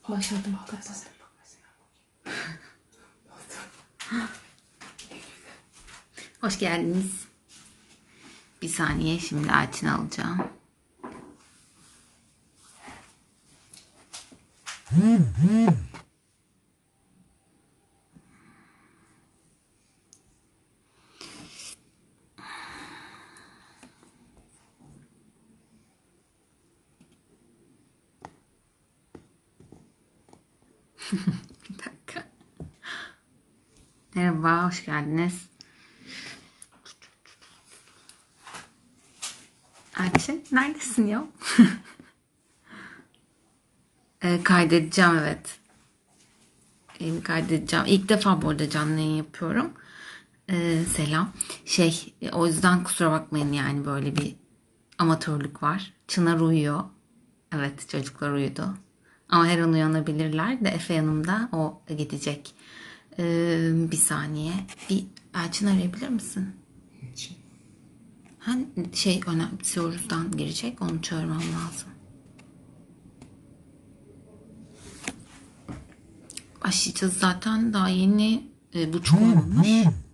Başladım. Kapat. Hoş geldiniz. Bir saniye şimdi Elçin alacağım. Bir dakika. Merhaba, hoş geldiniz. Elçin, neredesin ya? Kaydedeceğim, evet. Kaydedeceğim. İlk defa bu arada canlı yayın yapıyorum. Selam. O yüzden kusura bakmayın yani böyle bir amatörlük var. Çınar uyuyor. Evet, çocuklar uyudu. Ama her an uyanabilirler de Efe yanımda. O gidecek. Bir saniye. Bir Elçin arayabilir misin? Önemli. Sorus'tan girecek. Onu çağırmam lazım. Başlayacağız zaten. Daha yeni buçuk olmamış.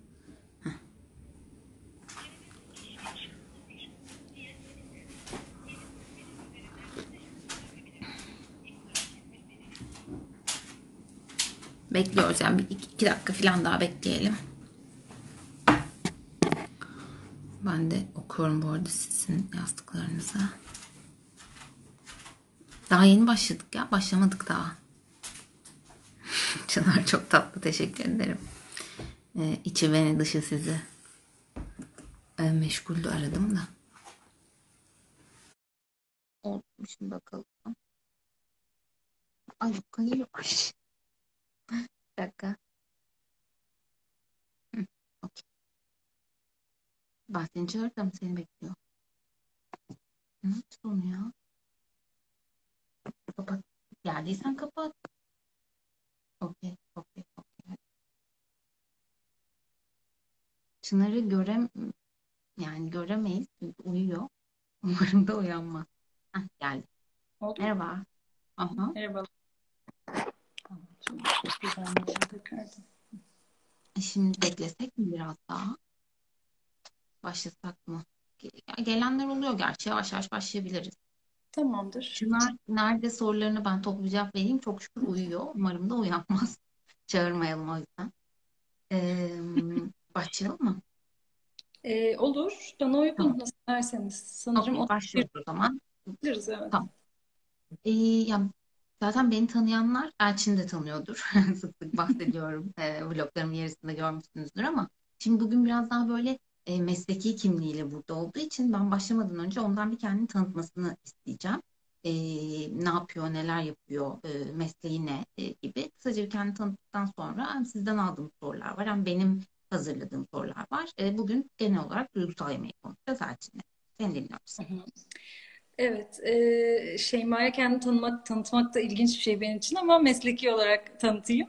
Bekliyoruz yani. İki dakika falan daha bekleyelim. Ben de okuyorum bu arada sizin yazdıklarınızı. Daha yeni başladık ya. Başlamadık daha. Çınar çok tatlı. Teşekkür ederim. İçi beni dışı sizi. Meşguldü aradım da. Oldu şimdi bakalım. Ay yok geliyor. Bir dakika. Okay. Ben seni çağırdım. Seni bekliyor. Ne yaptın ya? Kapat. Geldiysen kapat. Okey. Okey. Okey. Çınar'ı yani göremeyiz. Çünkü uyuyor. Umarım da uyanmaz. Heh, geldi. Oldu mu? Merhaba. Aha. Merhaba. Tamam, şimdi düzenleyeceğim tekrardan. Şimdi beklesek mi biraz daha? Başlasak mı? Gelenler oluyor gerçi. Yavaş yavaş başlayabiliriz. Tamamdır. Çınar nerede sorularını ben toplu cevap vereyim. Çok şükür uyuyor. Umarım da uyanmaz. Çağırmayalım o yüzden. Ee, Başlayalım mı? Olur. Bana Tamam. uygun. Nasıl derseniz. Sanırım Okey. Başlıyoruz o zaman. oturabiliriz. Evet. Tamam. Ya, zaten beni tanıyanlar Elçin'i de tanıyordur. Sık sık bahsediyorum. Vloglarımın yarısında görmüşsünüzdür ama şimdi bugün biraz daha böyle mesleki kimliğiyle burada olduğu için ben başlamadan önce ondan bir kendini tanıtmasını isteyeceğim. E, Ne yapıyor, neler yapıyor, mesleği ne gibi. Kısaca bir kendini tanıttıktan sonra hem sizden aldığım sorular var hem benim hazırladığım sorular var. Bugün genel olarak duygusal yemeği konuşacağız Elçin'le. Seni dinliyoruz. Hı hı. Evet. Şeyma'ya kendini tanıtmak da ilginç bir şey benim için ama mesleki olarak tanıtayım.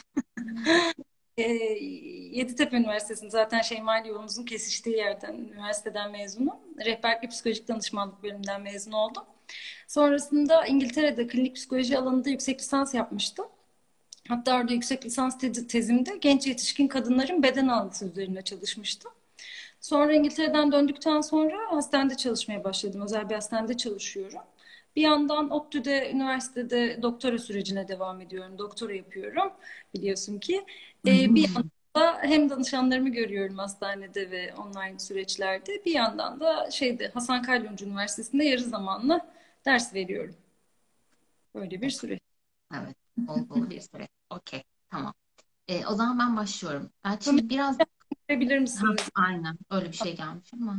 E, Yeditepe Üniversitesi'nde zaten Şeyma ile yolumuzun kesiştiği yerden, üniversiteden mezunum. Rehberlik psikolojik danışmanlık bölümünden mezun oldum. Sonrasında İngiltere'de klinik psikoloji alanında yüksek lisans yapmıştım. Hatta orada yüksek lisans tezimde genç yetişkin kadınların beden algısı üzerine çalışmıştım. Sonra İngiltere'den döndükten sonra hastanede çalışmaya başladım. Özel bir hastanede çalışıyorum. Bir yandan ODTÜ'de, üniversitede doktora sürecine devam ediyorum. Doktora yapıyorum biliyorsun ki. Bir yandan da hem danışanlarımı görüyorum hastanede ve online süreçlerde. Bir yandan da Hasan Kalyoncu Üniversitesi'nde yarı zamanlı ders veriyorum. Böyle bir süreç. Evet, bol bol bir süre. Okey, tamam. O zaman ben başlıyorum. Sanırım Şimdi biraz görebilir ha, misiniz? aynen öyle bir şey gelmiş ama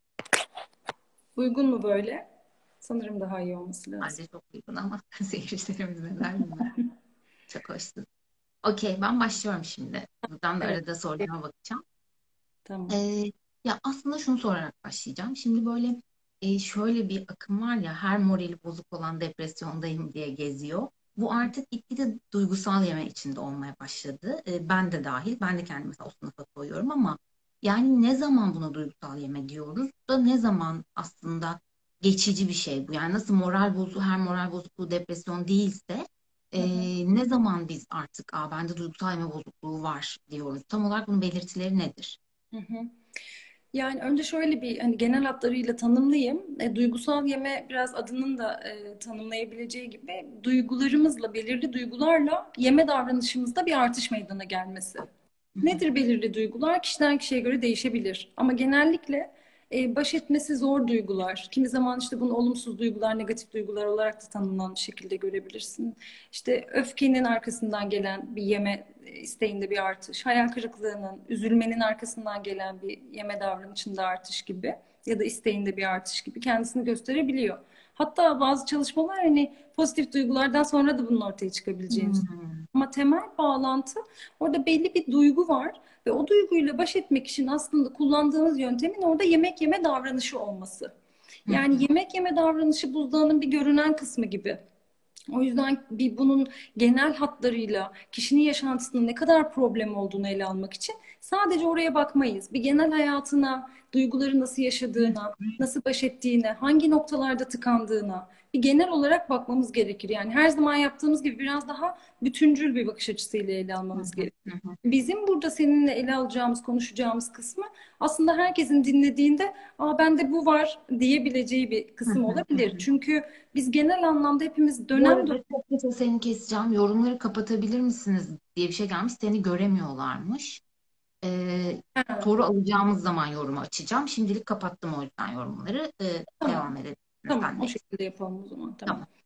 Uygun mu böyle? Sanırım daha iyi olması lazım. bence çok uygun ama seyircilerimiz neler bilmiyorum. Çok hoşsun. Okey, ben başlıyorum şimdi. Buradan da Evet, arada sorularıma bakacağım. tamam. Ee, Ya aslında şunu sorarak başlayacağım. Şimdi böyle şöyle bir akım var ya her morali bozuk olan depresyondayım diye geziyor. Bu artık gitgide duygusal yeme içinde olmaya başladı. Ben de dahil. Ben de kendimi mesela o sınıfa koyuyorum ama yani ne zaman buna duygusal yeme diyoruz da ne zaman aslında geçici bir şey bu. Yani nasıl her moral bozukluğu depresyon değilse E, Ne zaman biz artık bende duygusal yeme bozukluğu var diyoruz? Tam olarak bunun belirtileri nedir? Hı hı. Yani önce şöyle bir hani genel hatlarıyla tanımlayayım. Duygusal yeme biraz adının da tanımlayabileceği gibi duygularımızla, belirli duygularla yeme davranışımızda bir artış meydana gelmesi. Hı hı, Nedir belirli duygular? Kişiden kişiye göre değişebilir. Ama genellikle baş etmesi zor duygular. Kimi zaman işte bunu olumsuz duygular, negatif duygular olarak da tanımlanmış şekilde görebilirsin. İşte öfkenin arkasından gelen bir yeme isteğinde bir artış, hayal kırıklığının, üzülmenin arkasından gelen bir yeme davranışında artış gibi ya da isteğinde bir artış gibi kendisini gösterebiliyor. Hatta bazı çalışmalar hani pozitif duygulardan sonra da bunun ortaya çıkabileceğini. hı Ama temel bağlantı orada belli bir duygu var ve o duyguyla baş etmek için aslında kullandığımız yöntemin orada yemek yeme davranışı olması. hı, Yani hı yemek yeme davranışı buzdağının bir görünen kısmı gibi. O yüzden bir bunun genel hatlarıyla kişinin yaşantısında ne kadar problem olduğunu ele almak için sadece oraya bakmayız. Bir genel hayatına, duyguları nasıl yaşadığına, nasıl baş ettiğine, hangi noktalarda tıkandığına bir genel olarak bakmamız gerekir. Yani her zaman yaptığımız gibi biraz daha bütüncül bir bakış açısıyla ele hı, almamız hı gerekir. hı, Bizim burada seninle ele alacağımız, konuşacağımız kısmı aslında herkesin dinlediğinde bende bu var diyebileceği bir hı kısım hı, hı olabilir. hı. Çünkü biz genel anlamda hepimiz Bu dönem dönem. arada çok kısa seni keseceğim. Yorumları kapatabilir misiniz diye bir şey gelmiş. Seni göremiyorlarmış. Ee, Ha, Soru alacağımız zaman yorumu açacağım. Şimdilik kapattım o yüzden yorumları. tamam, Devam edelim tamam, o senle. şekilde yapalım o zaman, tamam. Tamam.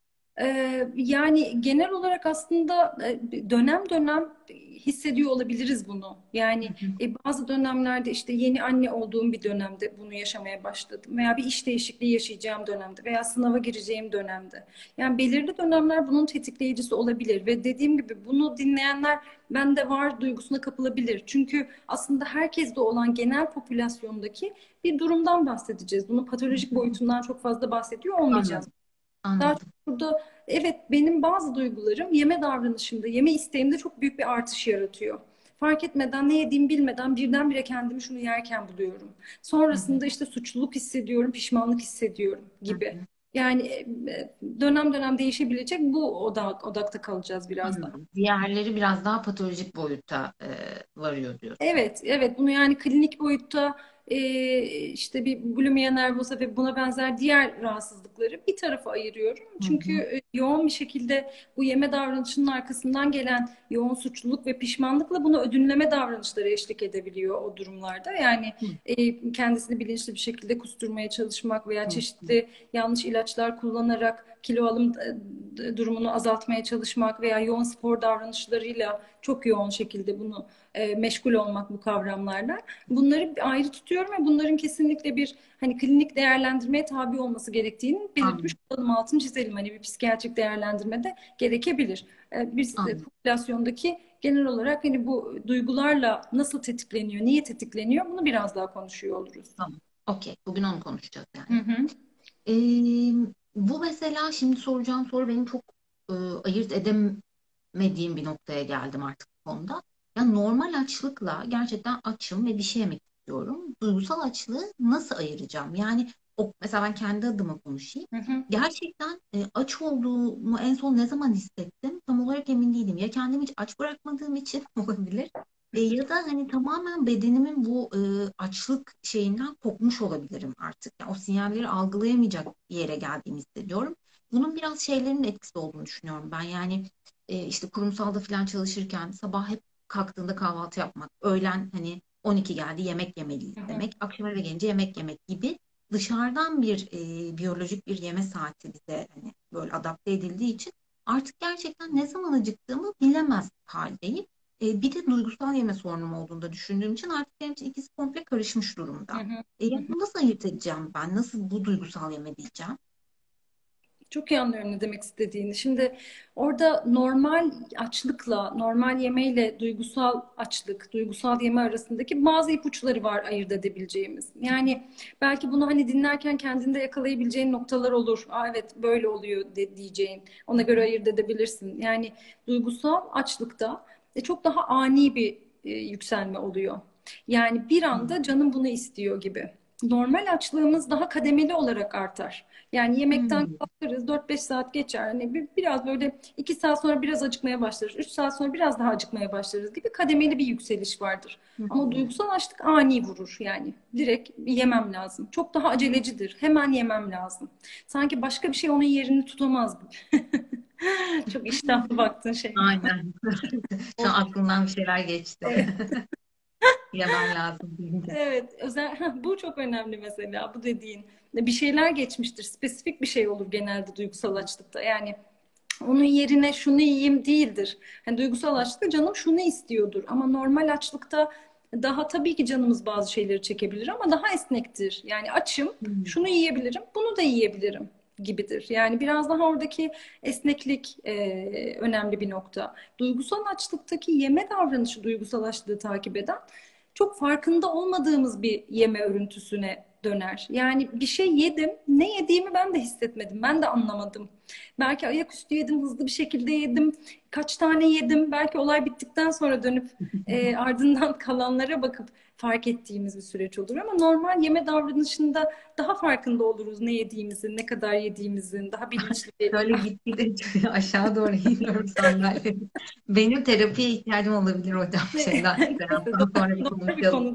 Yani genel olarak aslında dönem dönem hissediyor olabiliriz bunu. Hı Yani hı, bazı dönemlerde işte yeni anne olduğum bir dönemde bunu yaşamaya başladım veya bir iş değişikliği yaşayacağım dönemde veya sınava gireceğim dönemde. Yani belirli dönemler bunun tetikleyicisi olabilir ve dediğim gibi bunu dinleyenler bende var duygusuna kapılabilir. Çünkü aslında herkeste olan genel popülasyondaki bir durumdan bahsedeceğiz. Bunun hı patolojik hı. boyutundan çok fazla bahsediyor olmayacağız. Anladım. Daha çok Anladım. burada evet benim bazı duygularım yeme davranışımda, yeme isteğimde çok büyük bir artış yaratıyor. Fark etmeden ne yediğimi bilmeden birdenbire kendimi şunu yerken buluyorum. Hı hı, Sonrasında işte suçluluk hissediyorum, pişmanlık hissediyorum hı gibi. hı. Yani dönem dönem değişebilecek bu odakta kalacağız biraz daha. Anladım. Diğerleri biraz daha patolojik boyuta varıyor diyorsun. Evet, evet bunu yani klinik boyutta işte bir bulimia nervosa ve buna benzer diğer rahatsızlıkları bir tarafa ayırıyorum. Hı Çünkü hı, yoğun bir şekilde bu yeme davranışının arkasından gelen yoğun suçluluk ve pişmanlıkla bunu ödünleme davranışları eşlik edebiliyor o durumlarda. Yani hı kendisini bilinçli bir şekilde kusturmaya çalışmak veya hı, hı çeşitli yanlış ilaçlar kullanarak kilo alım durumunu azaltmaya çalışmak veya yoğun spor davranışlarıyla çok yoğun şekilde bunu meşgul olmak bu kavramlarla. Bunları bir ayrı tutuyorum ve bunların kesinlikle bir hani klinik değerlendirmeye tabi olması gerektiğini belirtmiş Anladım. olalım, altını çizelim. Hani bir psikiyatrik değerlendirme de gerekebilir. Biz Anladım. popülasyondaki genel olarak hani bu duygularla nasıl tetikleniyor, niye tetikleniyor bunu biraz daha konuşuyor oluruz. Tamam. Okey. Bugün onu konuşacağız Hı yani. hı. Bu mesela şimdi soracağım soru benim çok ayırt edemediğim bir noktaya geldim artık bu konuda. Yani normal açlıkla gerçekten açım ve bir şey yemek istiyorum. Duygusal açlığı nasıl ayıracağım? Yani mesela ben kendi adıma konuşayım. Hı hı. Gerçekten aç olduğumu en son ne zaman hissettim? Tam olarak emin değilim. Ya kendimi hiç aç bırakmadığım için olabilir. Ya da hani tamamen bedenimin bu açlık şeyinden kopmuş olabilirim artık. Yani o sinyalleri algılayamayacak bir yere geldiğimi hissediyorum. Bunun biraz şeylerin etkisi olduğunu düşünüyorum ben. Yani işte kurumsalda falan çalışırken sabah hep kalktığında kahvaltı yapmak, öğlen hani 12 geldi yemek yemeliyiz Hı hı. demek, akşam eve gelince yemek yemek gibi dışarıdan bir biyolojik bir yeme saati bize hani böyle adapte edildiği için artık gerçekten ne zaman acıktığımı bilemez haldeyim. Bir de duygusal yeme sorunum olduğunu da düşündüğüm için artık benim için ikisi komple karışmış Hı durumda. hı. Hı Yani hı. bunu nasıl ayırt edeceğim ben? Nasıl bu duygusal yeme diyeceğim? Çok iyi anlıyorum ne demek istediğini. Şimdi orada normal açlıkla, normal yemeyle duygusal açlık, duygusal yeme arasındaki bazı ipuçları var ayırt edebileceğimiz. Yani belki bunu hani dinlerken kendinde yakalayabileceğin noktalar olur. Evet böyle oluyor diyeceğin. Ona göre ayırt edebilirsin. Yani duygusal açlıkta çok daha ani bir yükselme oluyor. Yani bir Hı anda canım bunu istiyor gibi. normal açlığımız daha kademeli olarak artar. Yani yemekten Hmm. kalkarız, 4-5 saat geçer. Hani biraz böyle 2 saat sonra biraz acıkmaya başlarız. 3 saat sonra biraz daha acıkmaya başlarız gibi kademeli bir yükseliş vardır. Hı Ama hı. duygusal açlık ani vurur yani. Direkt yemem lazım. Çok daha acelecidir. Hemen yemem lazım. Sanki başka bir şey onun yerini tutamaz gibi. Çok iştahlı baktın şey. Aynen. Şu an aklımdan bir şeyler geçti. Evet. Yemem lazım deyince. Evet, bu çok önemli mesela bu dediğin. Bir şeyler geçmiştir. Spesifik bir şey olur genelde duygusal açlıkta. Yani onun yerine şunu yiyeyim değildir. Hani duygusal açlıkta canım şunu istiyordur. Ama normal açlıkta daha tabii ki canımız bazı şeyleri çekebilir ama daha esnektir. Yani açım, Hmm. şunu yiyebilirim, bunu da yiyebilirim gibidir. Yani biraz daha oradaki esneklik önemli bir nokta. Duygusal açlıktaki yeme davranışı duygusal açlığı takip eden çok farkında olmadığımız bir yeme örüntüsüne döner. Yani bir şey yedim, ne yediğimi ben de hissetmedim, ben de anlamadım. Belki ayaküstü yedim, hızlı bir şekilde yedim, kaç tane yedim. Belki olay bittikten sonra dönüp ardından kalanlara bakıp fark ettiğimiz bir süreç olur. Ama normal yeme davranışında daha farkında oluruz ne yediğimizin, ne kadar yediğimizin, daha bilinçli bir... Şöyle gitgide aşağı doğru iniyorum sandalye. Benim terapiye ihtiyacım olabilir hocam şeyden. Neyse, Seanstan sonra bir doğru bir konuşalım. konuda.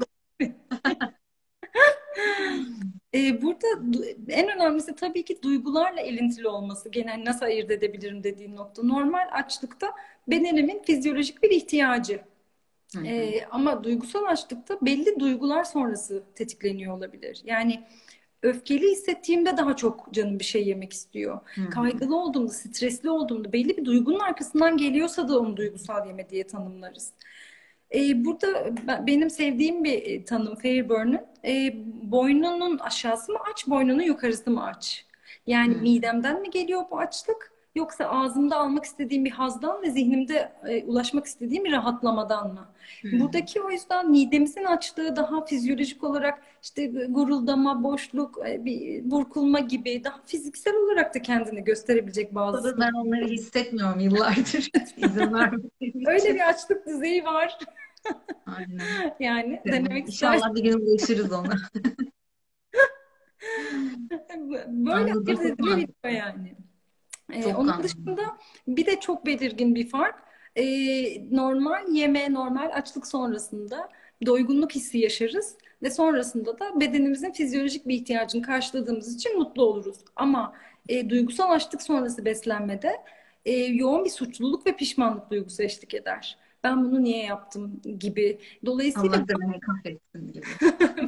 Burada en önemlisi tabii ki duygularla ilintili olması. Genel nasıl ayırt edebilirim dediğin nokta. Normal açlıkta bedenimin fizyolojik bir ihtiyacı. Hı hı. Ama duygusal açlıkta belli duygular sonrası tetikleniyor olabilir. Yani öfkeli hissettiğimde daha çok canım bir şey yemek istiyor. Hı hı. Kaygılı olduğumda, stresli olduğumda belli bir duygunun arkasından geliyorsa da onu duygusal yeme diye tanımlarız. Burada benim sevdiğim bir tanım Fairbairn'ün boynunun aşağısı mı aç, boynunun yukarısı mı aç? Yani Hı. midemden mi geliyor bu açlık yoksa ağzımda almak istediğim bir hazdan ve zihnimde ulaşmak istediğim bir rahatlamadan mı? Hı. Buradaki o yüzden midemizin açlığı daha fizyolojik olarak işte guruldama, boşluk, bir burkulma gibi daha fiziksel olarak da kendini gösterebilecek bazı Ben onları hissetmiyorum yıllardır. İzin vermediğim öyle için. bir açlık düzeyi var. Aynen. Yani Yani denemek istersen İnşallah bir gün ulaşırız ona. böyle Anladım. ayırt Çok edilebiliyor mantıklı. yani. Çok Onun anladım. dışında bir de çok belirgin bir fark. Normal yeme, normal açlık sonrasında doygunluk hissi yaşarız ve sonrasında da bedenimizin fizyolojik bir ihtiyacını karşıladığımız için mutlu oluruz. Ama duygusal açlık sonrası beslenmede yoğun bir suçluluk ve pişmanlık duygusu eşlik eder. Ben bunu niye yaptım gibi. Dolayısıyla Allah da beni kahretsin gibi.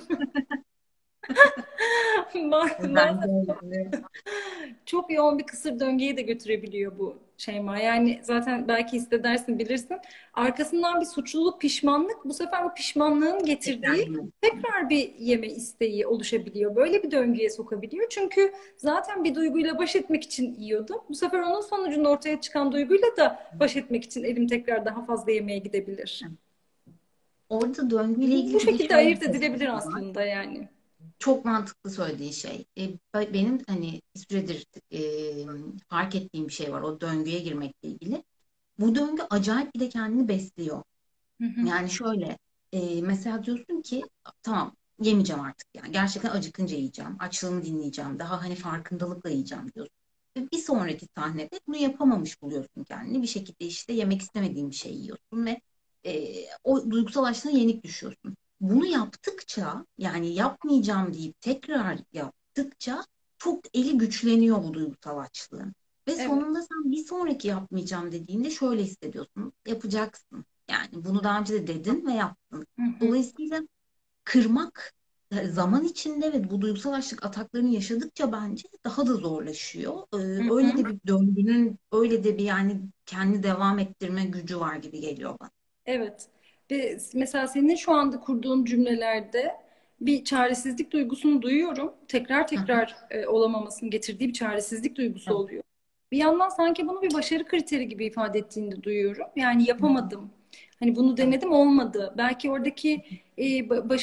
bazen Bence öyle. çok yoğun bir kısır döngüye de götürebiliyor bu Şeyma. Yani zaten belki hissedersin, bilirsin. Arkasından bir suçluluk, pişmanlık. Bu sefer o pişmanlığın getirdiği Tekrar. tekrar bir yeme isteği oluşabiliyor. Böyle bir döngüye sokabiliyor. Çünkü zaten bir duyguyla baş etmek için yiyordum. Bu sefer onun sonucunda ortaya çıkan duyguyla da baş etmek için elim tekrar daha fazla yemeğe gidebilir. Orada döngüyle Bu ilgili bir de şekilde şöyle ayırt bir şey edilebilir var. aslında yani. Çok mantıklı söylediği şey. Benim hani bir süredir fark ettiğim bir şey var o döngüye girmekle ilgili. Bu döngü acayip bir de kendini besliyor. Hı hı. Yani şöyle mesela diyorsun ki tamam yemeyeceğim artık yani gerçekten acıkınca yiyeceğim. Açlığımı dinleyeceğim. Daha hani farkındalıkla yiyeceğim diyorsun. Ve bir sonraki sahnede bunu yapamamış buluyorsun kendini. Bir şekilde işte yemek istemediğin bir şey yiyorsun ve o duygusal açlığına yenik düşüyorsun. Bunu yaptıkça yani yapmayacağım deyip tekrar yaptıkça çok eli güçleniyor bu duygusal açlığın. Ve Evet. sonunda sen bir sonraki yapmayacağım dediğinde şöyle hissediyorsun. Yapacaksın. Yani bunu daha önce de dedin ve yaptın. Hı hı. Dolayısıyla kırmak zaman içinde ve bu duygusal açlık ataklarını yaşadıkça bence daha da zorlaşıyor. Hı Öyle hı. de bir döngünün, öyle de bir yani kendi devam ettirme gücü var gibi geliyor bana. Evet. Ve mesela senin şu anda kurduğun cümlelerde bir çaresizlik duygusunu duyuyorum. Tekrar Hı hı. tekrar olamamasının getirdiği bir çaresizlik duygusu Evet. oluyor. Bir yandan sanki bunu bir başarı kriteri gibi ifade ettiğini de duyuyorum. Yani Hı hı. yapamadım. Hani bunu Evet. denedim olmadı. Belki oradaki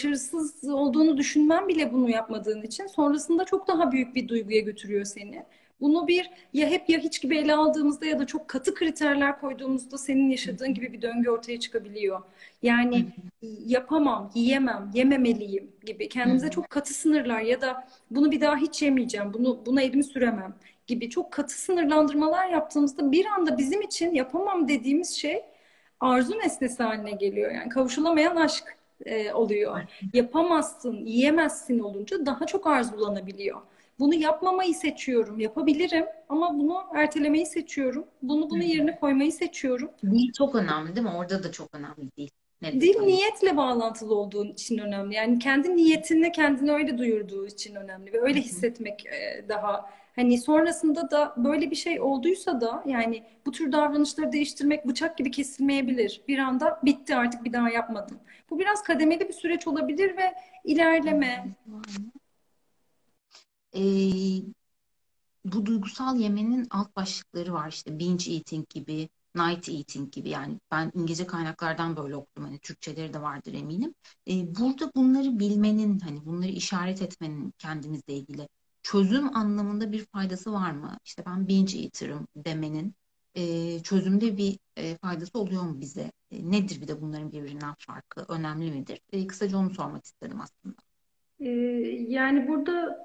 başarısız olduğunu düşünmem bile bunu yapmadığın için sonrasında çok daha büyük bir duyguya götürüyor seni. Bunu bir ya hep ya hiç gibi ele aldığımızda ya da çok katı kriterler koyduğumuzda senin yaşadığın gibi bir döngü ortaya çıkabiliyor. Hı Yani hı. yapamam, yiyemem, yememeliyim gibi Hı kendimize hı. çok katı sınırlar ya da bunu bir daha hiç yemeyeceğim, buna elimi süremem gibi çok katı sınırlandırmalar yaptığımızda bir anda bizim için yapamam dediğimiz şey arzu nesnesi haline geliyor. Yani kavuşulamayan aşk oluyor. Yapamazsın, yiyemezsin olunca daha çok arzulanabiliyor. Bunu yapmamayı seçiyorum. Yapabilirim ama bunu ertelemeyi seçiyorum. Bunu yerine koymayı seçiyorum. Dil çok önemli değil mi? Orada da çok önemli değil. Nedir Dil hani? niyetle bağlantılı olduğu için önemli. Yani kendi niyetini kendine öyle duyurduğu için önemli ve Hı öyle hı. hissetmek daha hani sonrasında da böyle bir şey olduysa da yani bu tür davranışları değiştirmek bıçak gibi kesilmeyebilir. Bir anda bitti artık bir daha yapmadım. Bu biraz kademeli bir süreç olabilir ve ilerleme. Ee, Bu duygusal yemenin alt başlıkları var işte binge eating gibi, night eating gibi yani ben İngilizce kaynaklardan böyle okudum hani Türkçeleri de vardır eminim. Burada bunları bilmenin hani bunları işaret etmenin kendimizle ilgili çözüm anlamında bir faydası var mı? İşte ben binge eater'ım demenin çözümde bir faydası oluyor mu bize? Nedir bir de bunların birbirinden farkı? Önemli midir? Kısaca onu sormak istedim aslında. E, Yani burada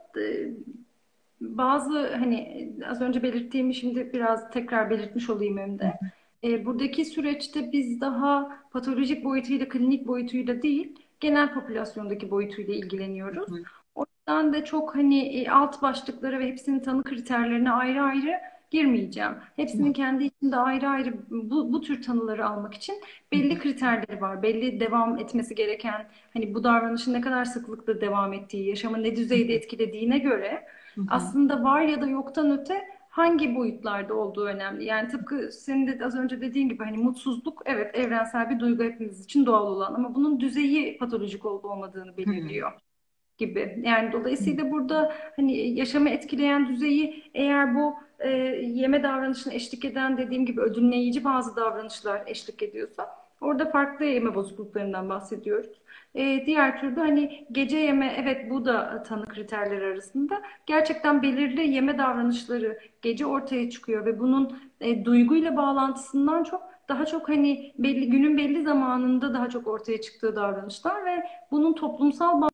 bazı hani az önce belirttiğimi şimdi biraz tekrar belirtmiş olayım hem Hı de. Buradaki süreçte biz daha patolojik boyutuyla, klinik boyutuyla değil, genel popülasyondaki boyutuyla ilgileniyoruz. hı, O yüzden de çok hani alt başlıklara ve hepsinin tanı kriterlerine ayrı ayrı girmeyeceğim. Hepsinin hı kendi içinde ayrı ayrı bu tür tanıları almak için hı, belli kriterleri var. Belli devam etmesi gereken, hani bu davranışın ne kadar sıklıkla devam ettiği, yaşamı ne hı düzeyde etkilediğine göre hı, hı aslında var ya da yoktan öte hangi boyutlarda olduğu önemli. Yani tıpkı senin de az önce dediğin gibi hani mutsuzluk evet evrensel bir duygu hepimiz için doğal olan ama bunun düzeyi patolojik olup olmadığını hı, belirliyor gibi. Yani hı dolayısıyla burada hani yaşamı etkileyen düzeyi eğer bu yeme davranışına eşlik eden dediğim gibi ödünleyici bazı davranışlar eşlik ediyorsa orada farklı yeme bozukluklarından bahsediyoruz. Diğer türlü hani gece yeme evet bu da tanı kriterleri arasında. Gerçekten belirli yeme davranışları gece ortaya çıkıyor ve bunun duyguyla bağlantısından çok daha çok hani belli günün belli zamanında daha çok ortaya çıktığı davranışlar ve bunun toplumsal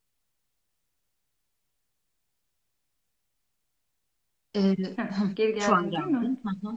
Ee, Heh, geri Şu an geldin değil mi? geldi. Hı hı.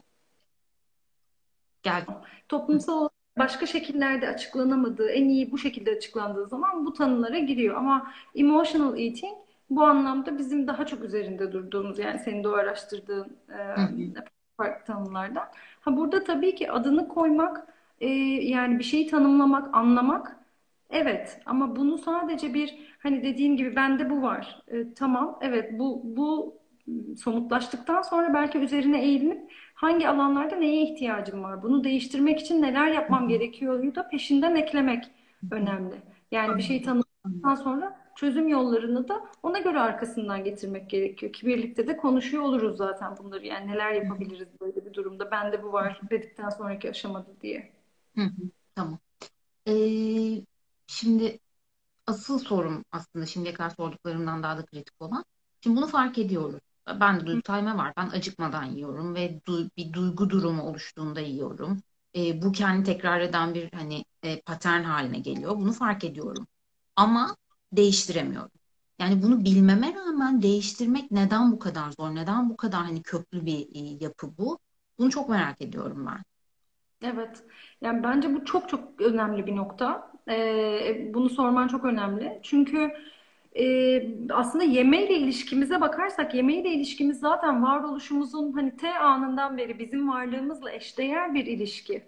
Geldi. Toplumsal olarak başka şekillerde açıklanamadığı, en iyi bu şekilde açıklandığı zaman bu tanımlara giriyor. Ama emotional eating bu anlamda bizim daha çok üzerinde durduğumuz yani senin de o araştırdığın Hı hı. farklı tanımlardan. Ha burada tabii ki adını koymak, yani bir şeyi tanımlamak, anlamak evet ama bunu sadece bir hani dediğin gibi bende bu var. Tamam evet bu somutlaştıktan sonra belki üzerine eğilinip hangi alanlarda neye ihtiyacım var? Bunu değiştirmek için neler Hı yapmam hı. gerekiyor da peşinden eklemek Hı hı. önemli. Yani bir şeyi Anladım. tanımladıktan Anladım. sonra çözüm yollarını da ona göre arkasından getirmek gerekiyor. Ki birlikte de konuşuyor oluruz zaten bunları. Yani neler Hı hı. yapabiliriz böyle bir durumda. Bende bu var dedikten sonraki aşamada diye. Hı hı. Tamam. Ee, Şimdi asıl sorum aslında şimdiye kadar sorduklarımdan daha da kritik olan. Şimdi bunu fark ediyoruz. Ben de duygusal yeme var. Ben acıkmadan yiyorum ve bir duygu durumu oluştuğunda yiyorum. Bu kendi tekrar eden bir hani patern haline geliyor. Bunu fark ediyorum. Ama değiştiremiyorum. Yani bunu bilmeme rağmen değiştirmek neden bu kadar zor? Neden bu kadar hani köklü bir yapı bu? Bunu çok merak ediyorum ben. Evet. Yani bence bu çok çok önemli bir nokta. Bunu sorman çok önemli. Çünkü aslında yemeğiyle ilişkimize bakarsak yemeğiyle ilişkimiz zaten varoluşumuzun hani T anından beri bizim varlığımızla eşdeğer bir ilişki.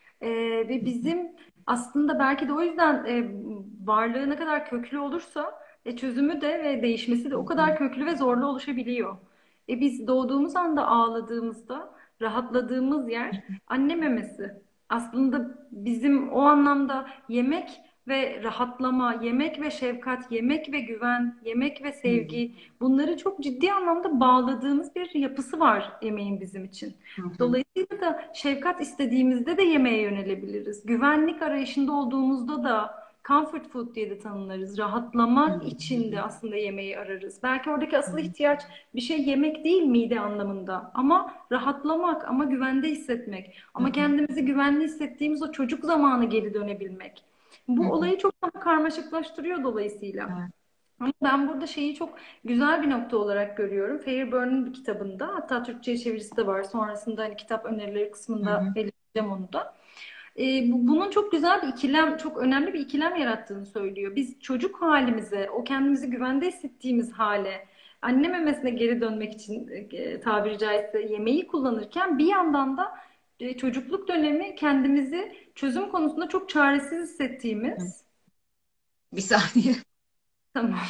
Ve bizim aslında belki de o yüzden varlığı ne kadar köklü olursa çözümü de ve değişmesi de o kadar köklü ve zorlu oluşabiliyor. Biz doğduğumuz anda ağladığımızda rahatladığımız yer anne memesi. Aslında bizim o anlamda yemek ve rahatlama, yemek ve şefkat, yemek ve güven, yemek ve Hı hı. sevgi bunları çok ciddi anlamda bağladığımız bir yapısı var yemeğin bizim için. Hı hı. Dolayısıyla da şefkat istediğimizde de yemeğe yönelebiliriz. Güvenlik arayışında olduğumuzda da comfort food diye de tanımlarız. Rahatlamak için de aslında yemeği ararız. Belki oradaki asıl ihtiyaç bir şey yemek değil mide anlamında. Ama rahatlamak, ama güvende hissetmek, ama kendimizi güvenli hissettiğimiz o çocuk zamanı geri dönebilmek. Bu olayı çok daha karmaşıklaştırıyor dolayısıyla. Evet. Ama ben burada şeyi çok güzel bir nokta olarak görüyorum. Fairbairn'in bir kitabında, hatta Türkçe çevirisi de var. Sonrasında hani kitap önerileri kısmında belirteceğim onu da. Bunun çok güzel bir ikilem, çok önemli bir ikilem yarattığını söylüyor. Biz çocuk halimize, o kendimizi güvende hissettiğimiz hale, anne memesine geri dönmek için tabiri caizse yemeği kullanırken bir yandan da çocukluk dönemi kendimizi çözüm konusunda çok çaresiz hissettiğimiz. Bir saniye. Tamam.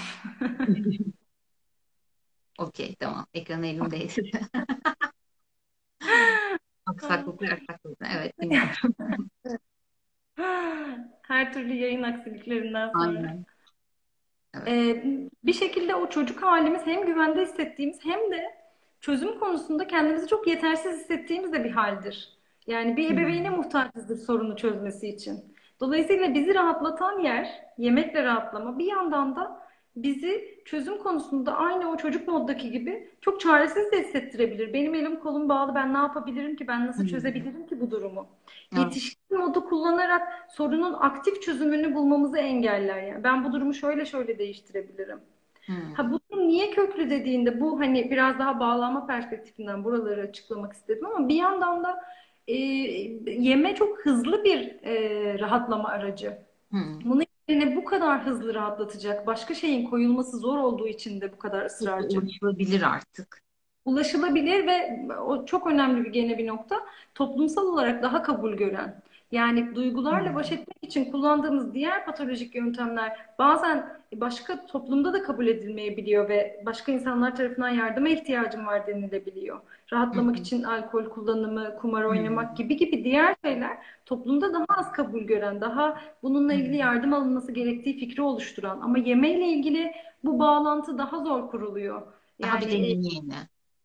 Okey, tamam. Ekranı elimdeydi. Aksaklıklar, aksaklıklar. Evet, dinliyorum. Her türlü yayın aksiliklerinden sonra. Aynen. Evet. Ee, Bir şekilde o çocuk halimiz hem güvende hissettiğimiz hem de çözüm konusunda kendimizi çok yetersiz hissettiğimiz de bir haldir. Yani bir ebeveyne muhtacızdır sorunu çözmesi için. Dolayısıyla bizi rahatlatan yer, yemekle rahatlama, bir yandan da bizi çözüm konusunda aynı o çocuk moddaki gibi çok çaresiz de hissettirebilir. Benim elim kolum bağlı, ben ne yapabilirim ki, ben nasıl çözebilirim ki bu durumu? Evet. Yetişkin modu kullanarak sorunun aktif çözümünü bulmamızı engeller yani. Ben bu durumu şöyle şöyle değiştirebilirim. Ha bu durum niye köklü dediğinde bu hani biraz daha bağlanma perspektifinden buraları açıklamak istedim ama bir yandan da e, yeme çok hızlı bir rahatlama aracı. Bunun yerine bu kadar hızlı rahatlatacak başka şeyin koyulması zor olduğu için de bu kadar Çok da ısrarcı. ulaşılabilir artık. Ulaşılabilir ve o çok önemli bir gene bir nokta toplumsal olarak daha kabul gören. Yani duygularla baş etmek için kullandığımız diğer patolojik yöntemler bazen başka toplumda da kabul edilmeyebiliyor ve başka insanlar tarafından yardıma ihtiyacım var denilebiliyor. Rahatlamak için alkol kullanımı, kumar oynamak gibi gibi diğer şeyler toplumda daha az kabul gören, daha bununla ilgili yardım alınması gerektiği fikri oluşturan ama yemeğle ilgili bu bağlantı daha zor kuruluyor. Daha bir de Yani yeni yeni.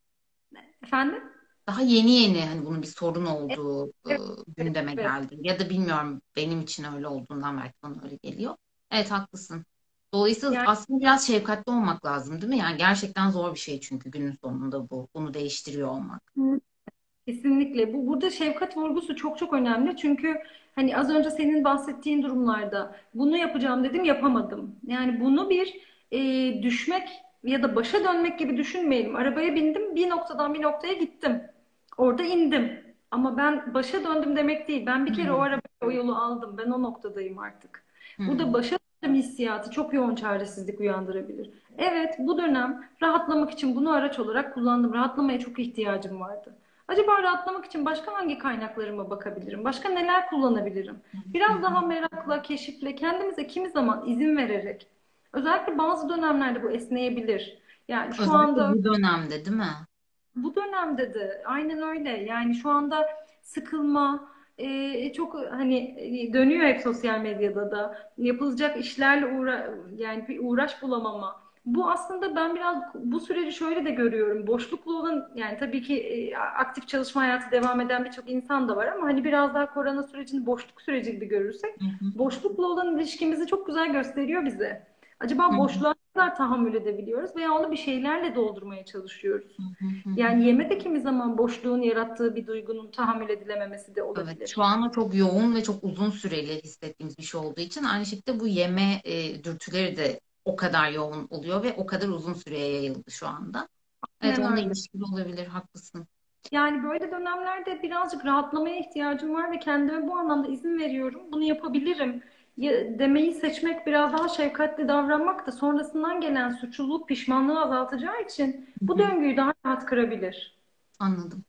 efendim? Daha yeni yeni hani bunun bir sorun Evet, olduğu evet, gündeme evet. geldi. Ya da bilmiyorum, benim için öyle olduğundan belki bana öyle geliyor. Evet, haklısın. Dolayısıyla Yani aslında biraz şefkatli olmak lazım, değil mi? Yani gerçekten zor bir şey çünkü günün sonunda bu. Bunu değiştiriyor olmak. kesinlikle. Burada şefkat vurgusu çok çok önemli. Çünkü hani az önce senin bahsettiğin durumlarda bunu yapacağım dedim yapamadım. Yani bunu bir düşmek ya da başa dönmek gibi düşünmeyelim. Arabaya bindim bir noktadan bir noktaya gittim. Orada indim. Ama ben başa döndüm demek değil. Ben bir kere o arabayı o yolu aldım. Ben o noktadayım artık. Burada Hmm. başa döndüm hissiyatı çok yoğun çaresizlik uyandırabilir. Evet, bu dönem rahatlamak için bunu araç olarak kullandım. Rahatlamaya çok ihtiyacım vardı. Acaba rahatlamak için başka hangi kaynaklarıma bakabilirim? Başka neler kullanabilirim? Biraz daha merakla, keşifle, kendimize kimi zaman izin vererek. Özellikle bazı dönemlerde bu esneyebilir. Yani şu Özellikle anda bu dönemde, değil mi? bu dönemde de aynen öyle. Yani şu anda sıkılma, çok hani dönüyor hep sosyal medyada da yapılacak işlerle yani bir uğraş bulamama. Bu aslında ben biraz bu süreci şöyle de görüyorum. Boşluklu olan yani tabii ki aktif çalışma hayatı devam eden birçok insan da var ama hani biraz daha korona sürecini boşluk süreci gibi görürsek Hı hı. boşlukla olan ilişkimizi çok güzel gösteriyor bize. Hı Acaba hı. boşluğa ne kadar tahammül edebiliyoruz veya onu bir şeylerle doldurmaya çalışıyoruz? Hı hı. Hı hı. Yani yeme de kimi zaman boşluğun yarattığı bir duygunun tahammül edilememesi de Evet, şu olabilir. anda çok yoğun ve çok uzun süreli hissettiğimiz bir şey olduğu için aynı şekilde bu yeme dürtüleri de o kadar yoğun oluyor ve o kadar uzun süreye yayıldı şu anda. Evet, Aynen onunla öyle. ilişkili olabilir, haklısın. Yani böyle dönemlerde birazcık rahatlamaya ihtiyacım var ve kendime bu anlamda izin veriyorum. Bunu yapabilirim demeyi seçmek, biraz daha şefkatli davranmak da sonrasından gelen suçluluk, pişmanlığı azaltacağı için Hı bu hı. döngüyü daha rahat kırabilir. Anladım.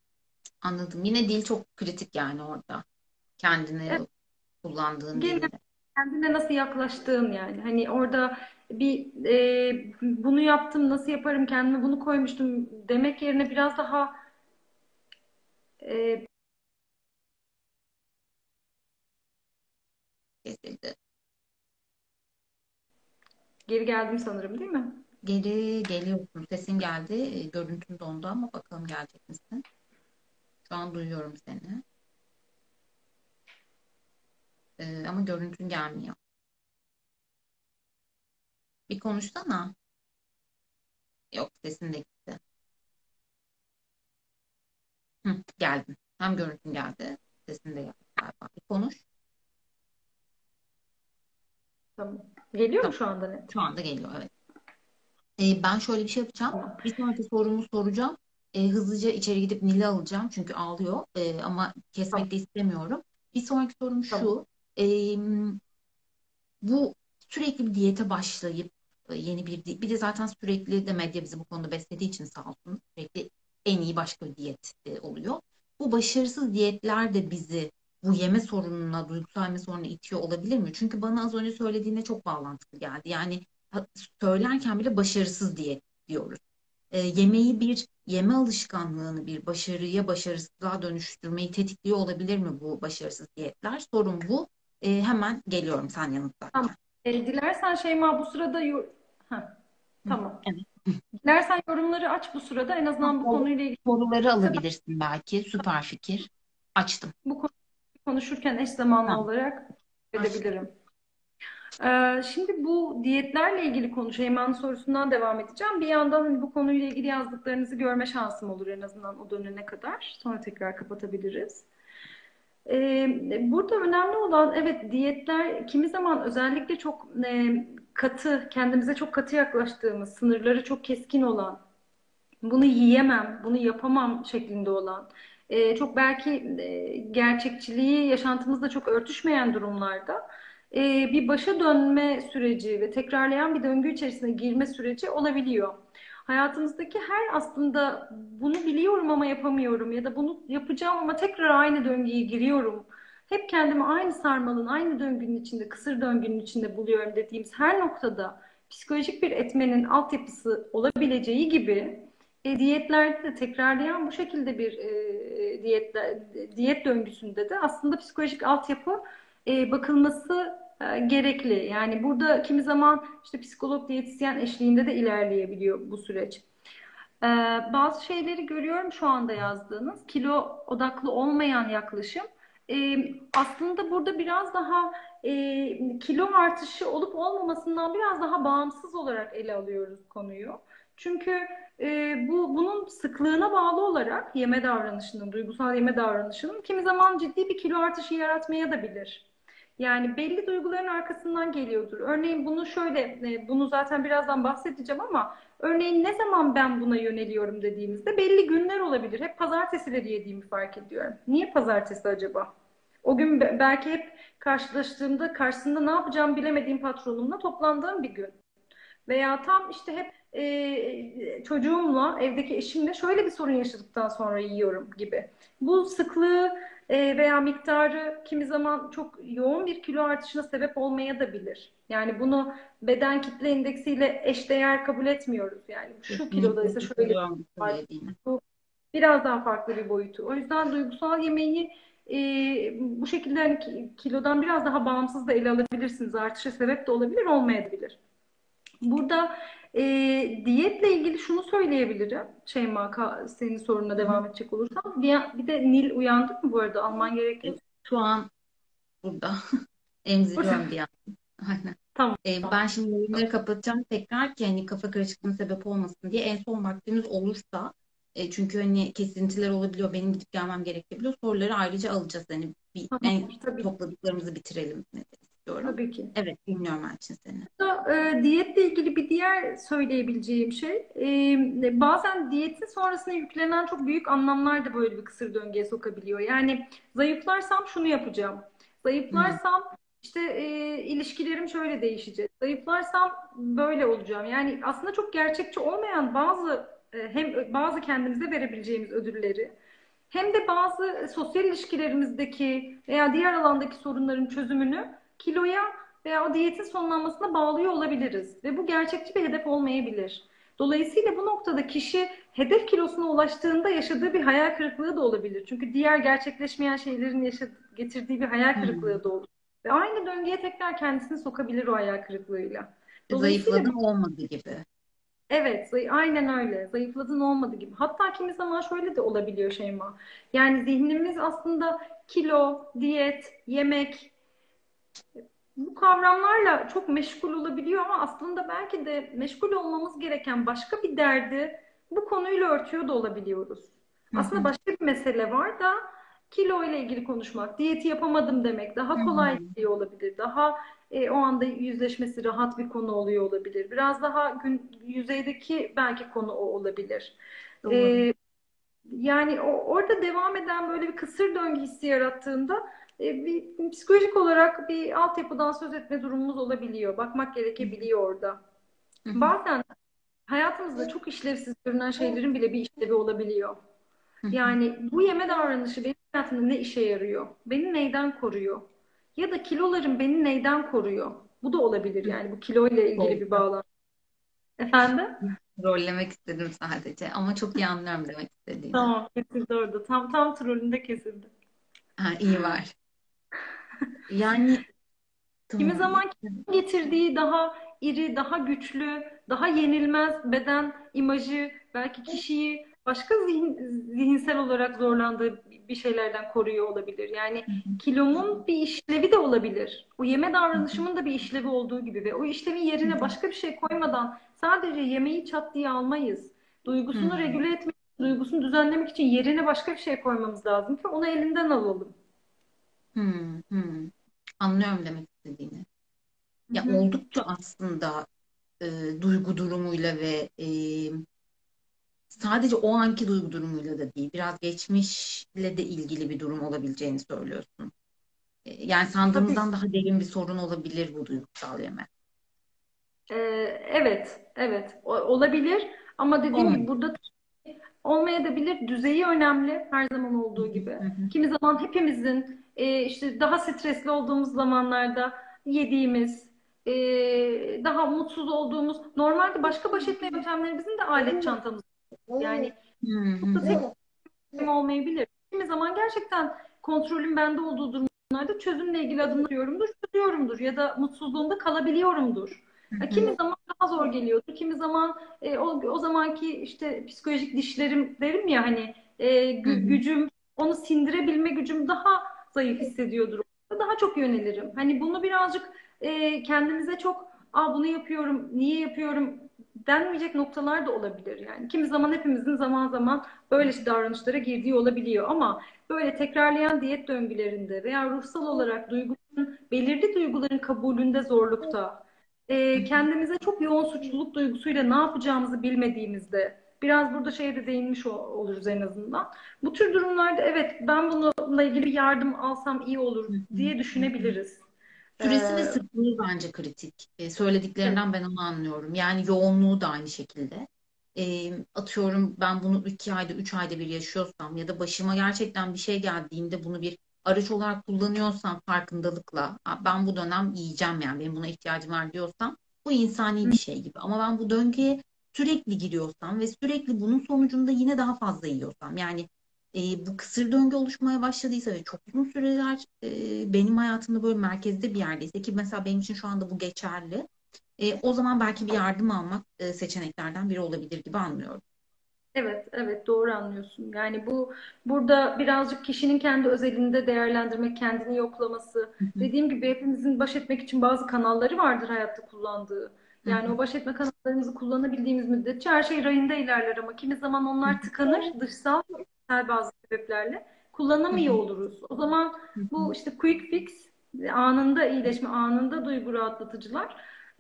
Anladım. Yine dil çok kritik yani orada. Kendini Evet, kullandığın gene dille. kendine nasıl yaklaştığın yani. Hani orada bir bunu yaptım, nasıl yaparım, kendime bunu koymuştum demek yerine biraz daha e, Kesildi. geri geldim sanırım değil mi? Geri geliyorsun. Sesin geldi. Görüntün dondu ama bakalım gelecek misin? Şu an duyuyorum seni. Ama görüntün gelmiyor. Bir konuşsana. Yok, sesin de gitti. Hı, geldin. Hem görüntün geldi. Sesin de geldi galiba. Bir konuş. Tamam. Geliyor mu Tamam. şu anda net? Şu anda geliyor, evet. Ben şöyle bir şey yapacağım. Tamam. Bir sonraki sorumu soracağım. Hızlıca içeri gidip Nil'i alacağım. Çünkü ağlıyor. Ama Tamam. kesmek de istemiyorum. Bir sonraki sorum Tamam. şu. Bu sürekli bir diyete başlayıp yeni bir de zaten sürekli de medya bizi bu konuda beslediği için sağ olsun sürekli en iyi başka bir diyet oluyor. Bu başarısız diyetler de bizi bu yeme sorununa, duygusal yeme sorununa itiyor olabilir mi? Çünkü bana az önce söylediğine çok bağlantılı geldi. Yani söylerken bile başarısız diyet diyoruz. Yemeği bir yeme alışkanlığını bir başarıya, başarısızlığa dönüştürmeyi tetikliyor olabilir mi bu başarısız diyetler? Sorun bu. Hemen geliyorum sen Tamam. yanıtlarken. Dilersen Şeyma bu sırada Heh, Hı, tamam. evet. Dilersen yorumları aç bu sırada. En azından bu konuyla ilgili Soruları ise ben alabilirsin belki. Süper fikir. Açtım. bu konuyu konuşurken eş zamanlı Tamam. olarak Başla. edebilirim. Şimdi bu diyetlerle ilgili konu Şeyma'nın sorusundan devam edeceğim. Bir yandan hani bu konuyla ilgili yazdıklarınızı görme şansım olur en azından o dönene kadar. Sonra tekrar kapatabiliriz. Burada önemli olan evet diyetler kimi zaman özellikle çok katı, kendimize çok katı yaklaştığımız, sınırları çok keskin olan, bunu yiyemem, bunu yapamam şeklinde olan, çok belki gerçekçiliği yaşantımızda çok örtüşmeyen durumlarda bir başa dönme süreci ve tekrarlayan bir döngü içerisine girme süreci olabiliyor. Hayatımızdaki her aslında bunu biliyorum ama yapamıyorum ya da bunu yapacağım ama tekrar aynı döngüye giriyorum. Hep kendimi aynı sarmalın, aynı döngünün içinde, kısır döngünün içinde buluyorum dediğimiz her noktada psikolojik bir etmenin altyapısı olabileceği gibi diyetlerde de tekrarlayan bu şekilde bir diyet döngüsünde de aslında psikolojik altyapı bakılması gerekli. Yani burada kimi zaman işte psikolog, diyetisyen eşliğinde de ilerleyebiliyor bu süreç. Ee, Bazı şeyleri görüyorum şu anda yazdığınız kilo odaklı olmayan yaklaşım. Aslında burada biraz daha kilo artışı olup olmamasından biraz daha bağımsız olarak ele alıyoruz konuyu. Çünkü bunun sıklığına bağlı olarak yeme davranışının, duygusal yeme davranışının kimi zaman ciddi bir kilo artışı yaratmaya da bilir. Yani belli duyguların arkasından geliyordur. Örneğin bunu şöyle, bunu zaten birazdan bahsedeceğim ama örneğin ne zaman ben buna yöneliyorum dediğimizde belli günler olabilir. Hep pazartesileri yediğimi fark ediyorum. Niye pazartesi acaba? O gün belki hep karşılaştığımda karşısında ne yapacağımı bilemediğim patronumla toplandığım bir gün. Veya tam işte hep çocuğumla, evdeki eşimle şöyle bir sorun yaşadıktan sonra yiyorum gibi. Bu sıklığı veya miktarı kimi zaman çok yoğun bir kilo artışına sebep olmaya da bilir. Yani bunu beden kitle indeksiyle eşdeğer kabul etmiyoruz. Yani şu Kesinlikle kilodaysa şöyle katılıyorum bu var. söylediğine. Bu biraz daha farklı bir boyutu. O yüzden duygusal yemeği bu şekilde hani kilodan biraz daha bağımsız da ele alabilirsiniz. Artışa sebep de olabilir, olmayabilir. Burada diyetle ilgili şunu söyleyebilirim. Şeyma, senin sorununa Hı hı. devam edecek olursam. Bir de Nil uyandı mı bu arada? Alman gerekli. Şu an burada emziriyorum bir yandan. Aynen. Tamam. Ben şimdi yayınları kapatacağım tekrar ki hani kafa karışıklığına sebep olmasın diye en son vaktiniz olursa çünkü hani kesintiler olabiliyor benim gidip gelmem gerekebiliyor soruları ayrıca alacağız hani bir en Tamam. Tabii, topladıklarımızı bitirelim istiyorum. tabii ki. Evet, dinliyorum Elçin seni. Diyetle ilgili bir diğer söyleyebileceğim şey, bazen diyetin sonrasına yüklenen çok büyük anlamlar da böyle bir kısır döngüye sokabiliyor. Yani zayıflarsam şunu yapacağım. Hı. Zayıflarsam işte ilişkilerim şöyle değişecek. Zayıflarsam böyle olacağım. Yani aslında çok gerçekçi olmayan bazı hem bazı kendimize verebileceğimiz ödülleri hem de bazı sosyal ilişkilerimizdeki veya diğer alandaki sorunların çözümünü kiloya veya o diyetin sonlanmasına bağlıyor olabiliriz. Ve bu gerçekçi bir hedef olmayabilir. Dolayısıyla bu noktada kişi hedef kilosuna ulaştığında yaşadığı bir hayal kırıklığı da olabilir. Çünkü diğer gerçekleşmeyen şeylerin getirdiği bir hayal Hı. kırıklığı da olur. Ve aynı döngüye tekrar kendisini sokabilir o hayal kırıklığıyla. Dolayısıyla Zayıfladım olmadı gibi. evet, aynen öyle. Zayıfladın olmadı gibi. Hatta kimi zaman şöyle de olabiliyor Şeyma. Yani zihnimiz aslında kilo, diyet, yemek bu kavramlarla çok meşgul olabiliyor ama aslında belki de meşgul olmamız gereken başka bir derdi bu konuyla örtüyor da olabiliyoruz. Hı Aslında hı. başka bir mesele var da kilo ile ilgili konuşmak, diyeti yapamadım demek Hı daha kolay hı. geliyor olabilir. Daha o anda yüzleşmesi rahat bir konu oluyor olabilir. Biraz daha yüzeydeki belki konu o olabilir. Doğru. E, Yani orada devam eden böyle bir kısır döngü hissi yarattığında bir psikolojik olarak bir altyapıdan söz etme durumumuz olabiliyor. Bakmak Hı gerekebiliyor orada. hı. Bazen hayatımızda çok işlevsiz görünen şeylerin bile bir işlevi olabiliyor. Hı hı. Yani bu yeme davranışı benim hayatımda ne işe yarıyor? Beni neyden koruyor? Ya da kilolarım beni neyden koruyor? Bu da olabilir Hı. yani bu kilo ile ilgili bir Oldu. bağlantı. Efendim? Rollemek istedim sadece ama çok iyi anlıyorum demek istediğini. Tamam, kesildi orada. Tam trolünde kesildi. Ha, iyi var. Yani Kimi tamam. zaman getirdiği daha iri, daha güçlü, daha yenilmez beden imajı belki kişiyi başka zihinsel olarak zorlandığı bir şeylerden koruyor olabilir. Yani Hı hı. kilomun bir işlevi de olabilir. O yeme davranışımın da bir işlevi olduğu gibi ve o işlevin Hı yerine hı. başka bir şey koymadan sadece yemeği çat diye almayız. Hı Duygusunu hı. regüle etmek, duygusunu düzenlemek için yerine başka bir şey koymamız lazım ki onu elinden alalım. Hı hı. Anlıyorum demek istediğini. Hı Ya hı. oldukça aslında e, duygu durumuyla ve sadece o anki duygu durumuyla da değil, biraz geçmişle de ilgili bir durum olabileceğini söylüyorsun. Yani Tabii. sandığımızdan daha derin bir sorun olabilir bu duygusal yeme. Ee, evet, evet olabilir ama dediğim gibi Olmadı. burada olmayabilir. Düzeyi önemli her zaman Hı olduğu gibi. hı. Hı hı. Kimi zaman hepimizin işte daha stresli olduğumuz zamanlarda yediğimiz, daha mutsuz olduğumuz, normalde başka baş etme yöntemlerimizin de alet çantamız. Yani Hı çok da tek hı. çözüm olmayabilir. Kimi zaman gerçekten kontrolün bende olduğu durumlarda çözümle ilgili adımlar atıyorumdur, çözüyorumdur ya da mutsuzluğumda kalabiliyorumdur. Hı Kimi hı. zaman daha zor geliyordur, kimi zaman o zamanki işte psikolojik dişlerim derim ya hani Hı hı. gücüm, onu sindirebilme gücüm daha zayıf hissediyordur. Daha çok yönelirim. Hani bunu birazcık kendimize çok bunu yapıyorum, niye yapıyorum denmeyecek noktalar da olabilir yani. Kimi zaman hepimizin zaman zaman böyle davranışlara girdiği olabiliyor ama böyle tekrarlayan diyet döngülerinde veya ruhsal olarak belirli duyguların kabulünde zorlukta, kendimize çok yoğun suçluluk duygusuyla ne yapacağımızı bilmediğimizde, biraz burada şeye de değinmiş oluruz en azından. Bu tür durumlarda evet ben bununla ilgili bir yardım alsam iyi olur Hı hı. diye Hı hı. düşünebiliriz. E, Süresi ve sıklığı bence kritik. evet, Söylediklerinden ben onu anlıyorum. Yani yoğunluğu da aynı şekilde. Atıyorum ben bunu 2 ayda, 3 ayda bir yaşıyorsam ya da başıma gerçekten bir şey geldiğinde bunu bir araç olarak kullanıyorsam farkındalıkla, Ben bu dönem yiyeceğim yani benim buna ihtiyacım var diyorsam bu insani bir şey gibi. Ama ben bu döngüye sürekli giriyorsam ve sürekli bunun sonucunda yine daha fazla yiyorsam yani bu kısır döngü oluşmaya başladıysa ve çok uzun süreler benim hayatımda böyle merkezde bir yerdeyse ki mesela benim için şu anda bu geçerli. O zaman belki bir yardım almak seçeneklerden biri olabilir gibi anlıyorum. evet, evet doğru anlıyorsun. Yani burada birazcık kişinin kendi özelinde değerlendirmek, kendini yoklaması. Hı hı, Dediğim gibi hepimizin baş etmek için bazı kanalları vardır hayatta kullandığı. hı Yani hı, o baş etme kanallarımızı kullanabildiğimiz müddetçe her şey rayında ilerler ama kimi zaman hı onlar tıkanır dışsal bazı sebeplerle hı, kullanamıyor oluruz. O zaman hı hı, bu işte quick fix, anında iyileşme, anında duygu rahatlatıcılar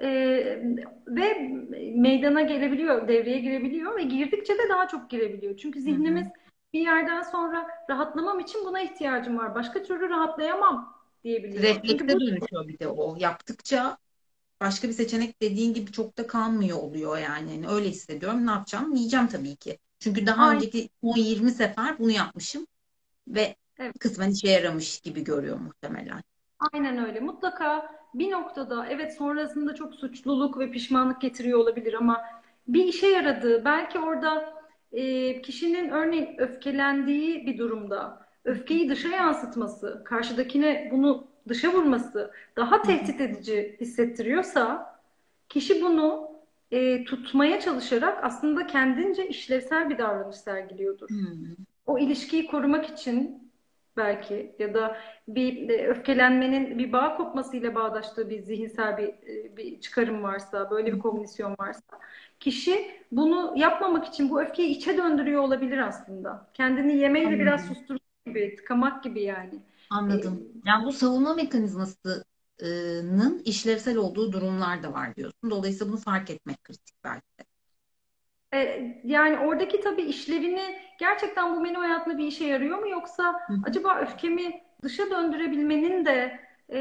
ve meydana gelebiliyor, devreye girebiliyor ve girdikçe de daha çok girebiliyor. Çünkü hı hı. zihnimiz bir yerden sonra rahatlamam için buna ihtiyacım var. Başka türlü rahatlayamam diyebiliyor. Çünkü Reflekse bu dönüşüyor bir de o. Yaptıkça başka bir seçenek dediğin gibi çok da kalmıyor oluyor yani. Yani öyle hissediyorum. Ne yapacağım? Yiyeceğim tabii ki. Çünkü daha aynı, önceki 10-20 sefer bunu yapmışım ve evet, kısmen işe yaramış gibi görüyor muhtemelen. aynen öyle. Mutlaka bir noktada evet sonrasında çok suçluluk ve pişmanlık getiriyor olabilir ama bir işe yaradığı belki orada kişinin örneğin öfkelendiği bir durumda öfkeyi dışa yansıtması, karşıdakine bunu dışa vurması daha Hı hı, tehdit edici hissettiriyorsa kişi bunu tutmaya çalışarak aslında kendince işlevsel bir davranış sergiliyordur. hı O ilişkiyi korumak için belki ya da bir öfkelenmenin bir bağ kopmasıyla bağdaştığı bir zihinsel bir çıkarım varsa, böyle bir kognisyon varsa kişi bunu yapmamak için bu öfkeyi içe döndürüyor olabilir aslında. Kendini yemeyle biraz Anladım. susturmak gibi, tıkamak gibi yani. E, Anladım. Yani bu savunma mekanizmasının işlevsel olduğu durumlar da var diyorsun. Dolayısıyla bunu fark etmek kritik belki de. Yani oradaki tabii işlevini gerçekten bu benim hayatımda bir işe yarıyor mu, yoksa Hı hı. acaba öfkemi dışa döndürebilmenin de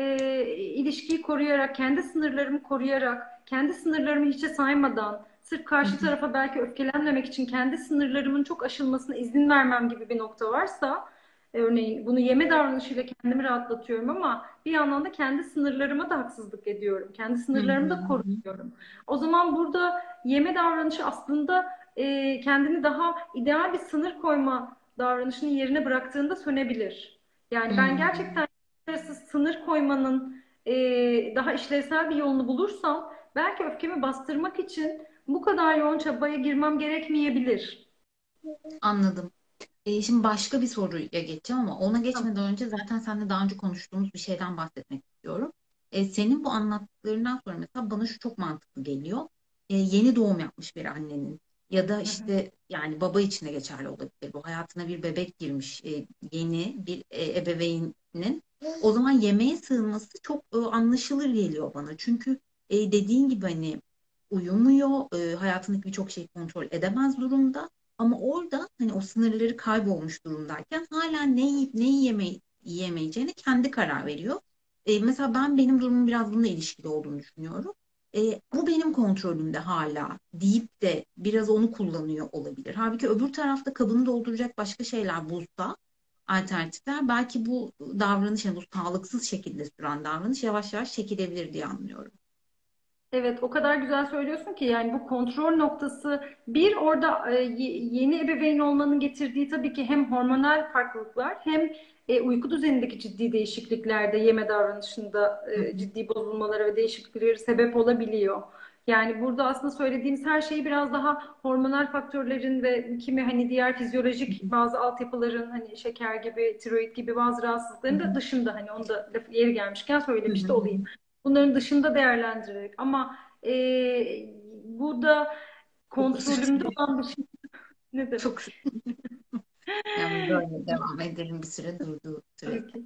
ilişkiyi koruyarak, kendi sınırlarımı koruyarak, kendi sınırlarımı hiçe saymadan, sırf Hı karşı hı. tarafa belki öfkelenmemek için kendi sınırlarımın çok aşılmasına izin vermem gibi bir nokta varsa, örneğin bunu yeme davranışıyla kendimi rahatlatıyorum ama bir yandan da kendi sınırlarıma da haksızlık ediyorum. Kendi Hı sınırlarımı da hı. koruyorum. O zaman burada yeme davranışı aslında kendini daha ideal bir sınır koyma davranışının yerine bıraktığında sönebilir. Hı Yani ben hı. gerçekten sınır koymanın daha işlevsel bir yolunu bulursam belki öfkemi bastırmak için bu kadar yoğun çabaya girmem gerekmeyebilir. Anladım. Şimdi başka bir soruya geçeceğim ama ona Tamam. geçmeden önce zaten seninle daha önce konuştuğumuz bir şeyden bahsetmek istiyorum. Senin bu anlattıklarından sonra mesela bana şu çok mantıklı geliyor. Yeni doğum yapmış bir annenin ya da Hı hı. işte yani baba için de geçerli olabilir. Bu hayatına bir bebek girmiş yeni bir ebeveynin o zaman yemeğe sığınması çok anlaşılır geliyor bana. Çünkü dediğin gibi hani uyumuyor, hayatındaki birçok şeyi kontrol edemez durumda. Ama orada hani o sınırları kaybolmuş durumdayken hala ne yiyip ne yiyemeyeceğine kendi karar veriyor. Mesela benim durumum biraz bununla ilişkili olduğunu düşünüyorum. Bu benim kontrolümde hala deyip de biraz onu kullanıyor olabilir. Halbuki öbür tarafta kabını dolduracak başka şeyler bulsa alternatifler belki bu davranış yani bu sağlıksız şekilde süren davranış yavaş yavaş çekilebilir diye anlıyorum. Evet, o kadar güzel söylüyorsun ki yani bu kontrol noktası bir orada yeni ebeveyn olmanın getirdiği tabii ki hem hormonal farklılıklar hem uyku düzenindeki ciddi değişikliklerde yeme davranışında Hı hı, ciddi bozulmalara ve değişikliklere sebep olabiliyor. Yani burada aslında söylediğimiz her şeyi biraz daha hormonal faktörlerin ve kimi hani diğer hı fizyolojik hı, bazı altyapıların hani şeker gibi, tiroid gibi bazı hı rahatsızlıkların hı, da dışında, hani onu da yeri gelmişken hı söylemiş de hı, olayım. Bunların dışında değerlendirerek ama burada Çok özür kontrolümde dilerim. olan bir şey ne demek? Çok yani böyle devam edelim bir süre durduğu Tabii sürede. ki.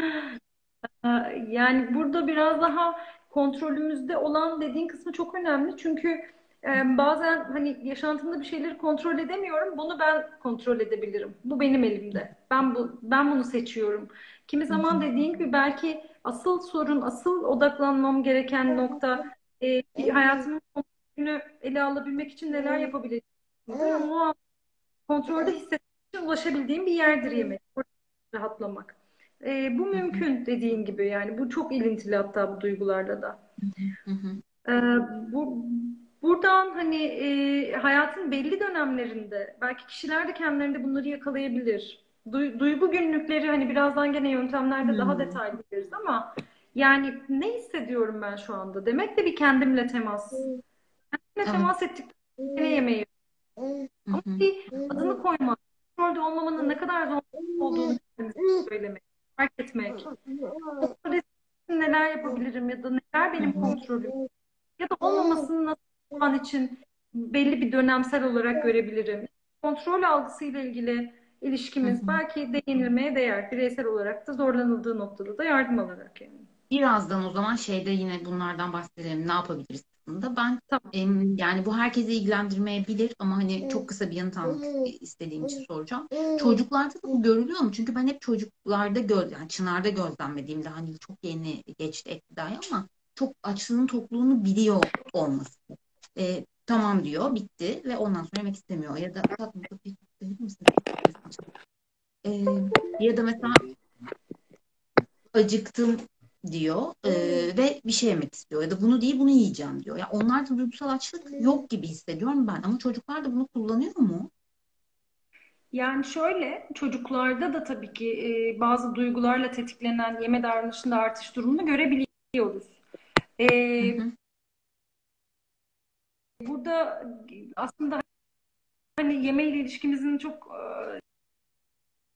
Yani burada biraz daha kontrolümüzde olan dediğin kısmı çok önemli. Çünkü bazen hani yaşantımda bir şeyleri kontrol edemiyorum. Bunu ben kontrol edebilirim. Bu benim elimde. Ben bunu seçiyorum. Kimi Hı hı, zaman dediğin gibi belki asıl sorun, asıl odaklanmam gereken nokta hayatımın kontrolünü ele alabilmek için neler yapabileceğimdir. Ama o an kontrolde hissetmek için ulaşabildiğim bir yerdir yemek. Orada rahatlamak. Bu hı hı, mümkün dediğin gibi, yani bu çok ilintili hatta bu duygularla da. hı hı, Ee, buradan hani hayatın belli dönemlerinde belki kişiler de kendilerinde bunları yakalayabilir. Duygu günlükleri, hani birazdan gene yöntemlerde daha hı detaylı gideriz ama yani ne hissediyorum ben şu anda demek de bir kendimle temas. hı. Kendimle Evet. temas ettikten sonra ne yemeği. Hı Ama hı, bir adını koymak, kontrolde olmamanın ne kadar zor olduğunu kendimize söylemek, fark etmek. Kontrol için neler yapabilirim ya da neler hı benim hı, kontrolüm ya da olmamasını nasıl şu an için belli bir dönemsel olarak görebilirim. Kontrol algısıyla ilgili hı ilişkimiz hı. belki değinilmeye değer. Bireysel olarak da zorlanıldığı noktada da yardım alarak yani. Birazdan o zaman şeyde yine bunlardan bahsedelim. Ne yapabiliriz aslında? Tamam. Yani bu herkese ilgilendirmeyebilir ama hani çok kısa bir yanıt almak istediğim için soracağım. Çocuklarda da bu görülüyor mu? Çünkü ben hep çocuklarda yani Çınar'da gözlemlediğimde hani çok yeni geçti Ekda'ya ama çok açlığının tokluğunu biliyor olması. Tamam diyor, bitti ve ondan sonra yemek istemiyor. Ya da tatlım kapıyı kapatabilir misin? E, ya da mesela acıktım diyor ve bir şey yemek istiyor ya da bunu değil bunu yiyeceğim diyor. Ya onlarda duygusal açlık yok gibi hissediyorum ben ama çocuklar da bunu kullanıyor mu? Yani şöyle, çocuklarda da tabii ki bazı duygularla tetiklenen yeme davranışında artış durumunu görebiliyoruz. Hı E, hı, burada aslında hani yemeğiyle ilişkimizin çok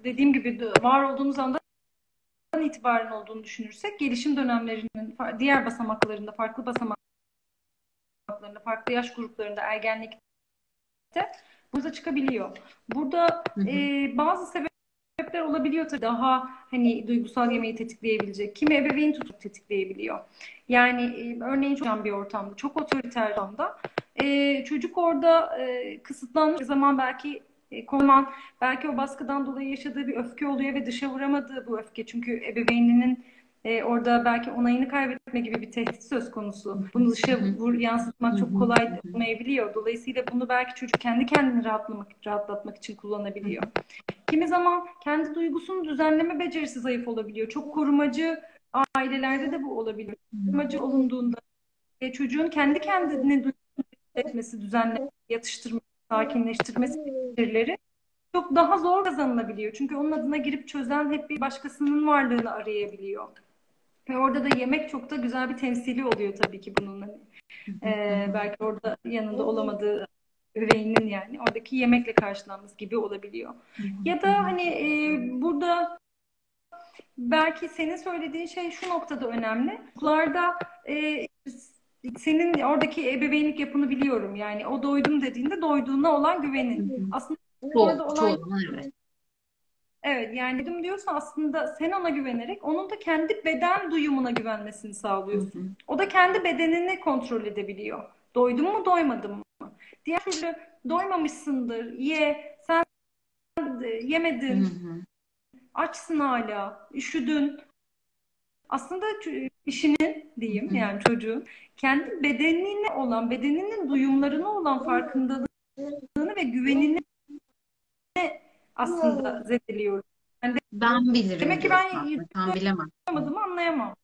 dediğim gibi var olduğumuz andan itibaren olduğunu düşünürsek gelişim dönemlerinin diğer basamaklarında, farklı basamaklarında, farklı yaş gruplarında, ergenlikte burada çıkabiliyor. Burada Hı hı. bazı sebepler olabiliyor tabii, daha hani duygusal yemeği tetikleyebilecek. Kimi ebeveyn tutup tetikleyebiliyor. Yani örneğin çok bir ortamda, çok otoriter bir ortamda çocuk orada kısıtlanmış zaman belki konulan, belki o baskıdan dolayı yaşadığı bir öfke oluyor ve dışa vuramadığı bu öfke. Çünkü ebeveyninin orada belki onayını kaybetme gibi bir tehdit söz konusu. Bunu Hı dışa hı. Hı yansıtmak çok hı. kolay Hı hı. olmayabiliyor. Dolayısıyla bunu belki çocuk kendi kendini rahatlatmak için kullanabiliyor. Kimi zaman kendi duygusunu düzenleme becerisi zayıf olabiliyor. Çok korumacı ailelerde de bu olabiliyor. Korumacı olunduğunda çocuğun kendi kendine duygusunu etmesi, düzenlemesi, yatıştırması, sakinleştirmesi becerileri çok daha zor kazanılabiliyor. Çünkü onun adına girip çözen hep bir başkasının varlığını arayabiliyor. Ve orada da yemek çok da güzel bir temsili oluyor tabii ki bunun. Hani, Hı hı. belki orada yanında olamadığı üveyinin, yani oradaki yemekle karşılanması gibi olabiliyor. Hı Ya hı. da hani burada belki senin söylediğin şey şu noktada önemli. Okullarda senin oradaki ebeveynlik yapını biliyorum. Yani o doydum dediğinde doyduğuna olan Hı güvenin. hı. Aslında orada Çoğu olan, zaman evet. evet, yani doydum diyorsa aslında sen ona güvenerek onun da kendi beden duyumuna güvenmesini Hı sağlıyorsun. hı. O da kendi bedenini kontrol edebiliyor. Doydum mu doymadım mı? Diğer türlü doymamışsındır, ye, sen Hı yemedin, hı. açsın hala, üşüdün. Aslında kişinin Hı diyeyim, hı. yani çocuğun kendi bedenine olan, bedeninin duyumlarına olan farkındalığını ve güvenini aslında zedeliyoruz. Yani Ben bilirim demek ki diyorsun ben aslında. Sen bilemezsin. yapamadığımı anlayamam.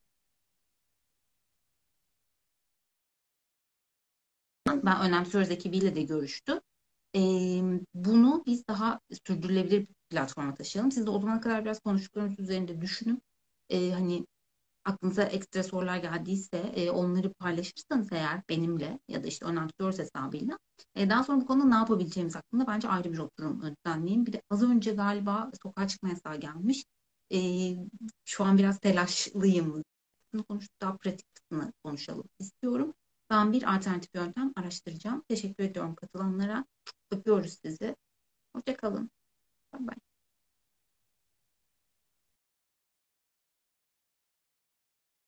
Ben önemsiyoruz ekibiyle de görüştü. Bunu biz daha sürdürülebilir bir platforma taşıyalım. Siz de o zamana kadar biraz konuştuklarımız üzerinde düşünün. Hani aklınıza ekstra sorular geldiyse onları paylaşırsanız eğer benimle ya da işte önemsiyoruz hesabıyla daha sonra bu konuda ne yapabileceğimiz hakkında bence ayrı bir oturum düzenleyin. Bir de az önce galiba sokağa çıkma yasağı gelmiş. Ee, Şu an biraz telaşlıyım. Bunu konuştuk, daha pratik kısmını konuşalım istiyorum. Ben bir alternatif yöntem araştıracağım. Teşekkür ediyorum katılanlara. Öpüyoruz sizi. Hoşça kalın. Bye bye.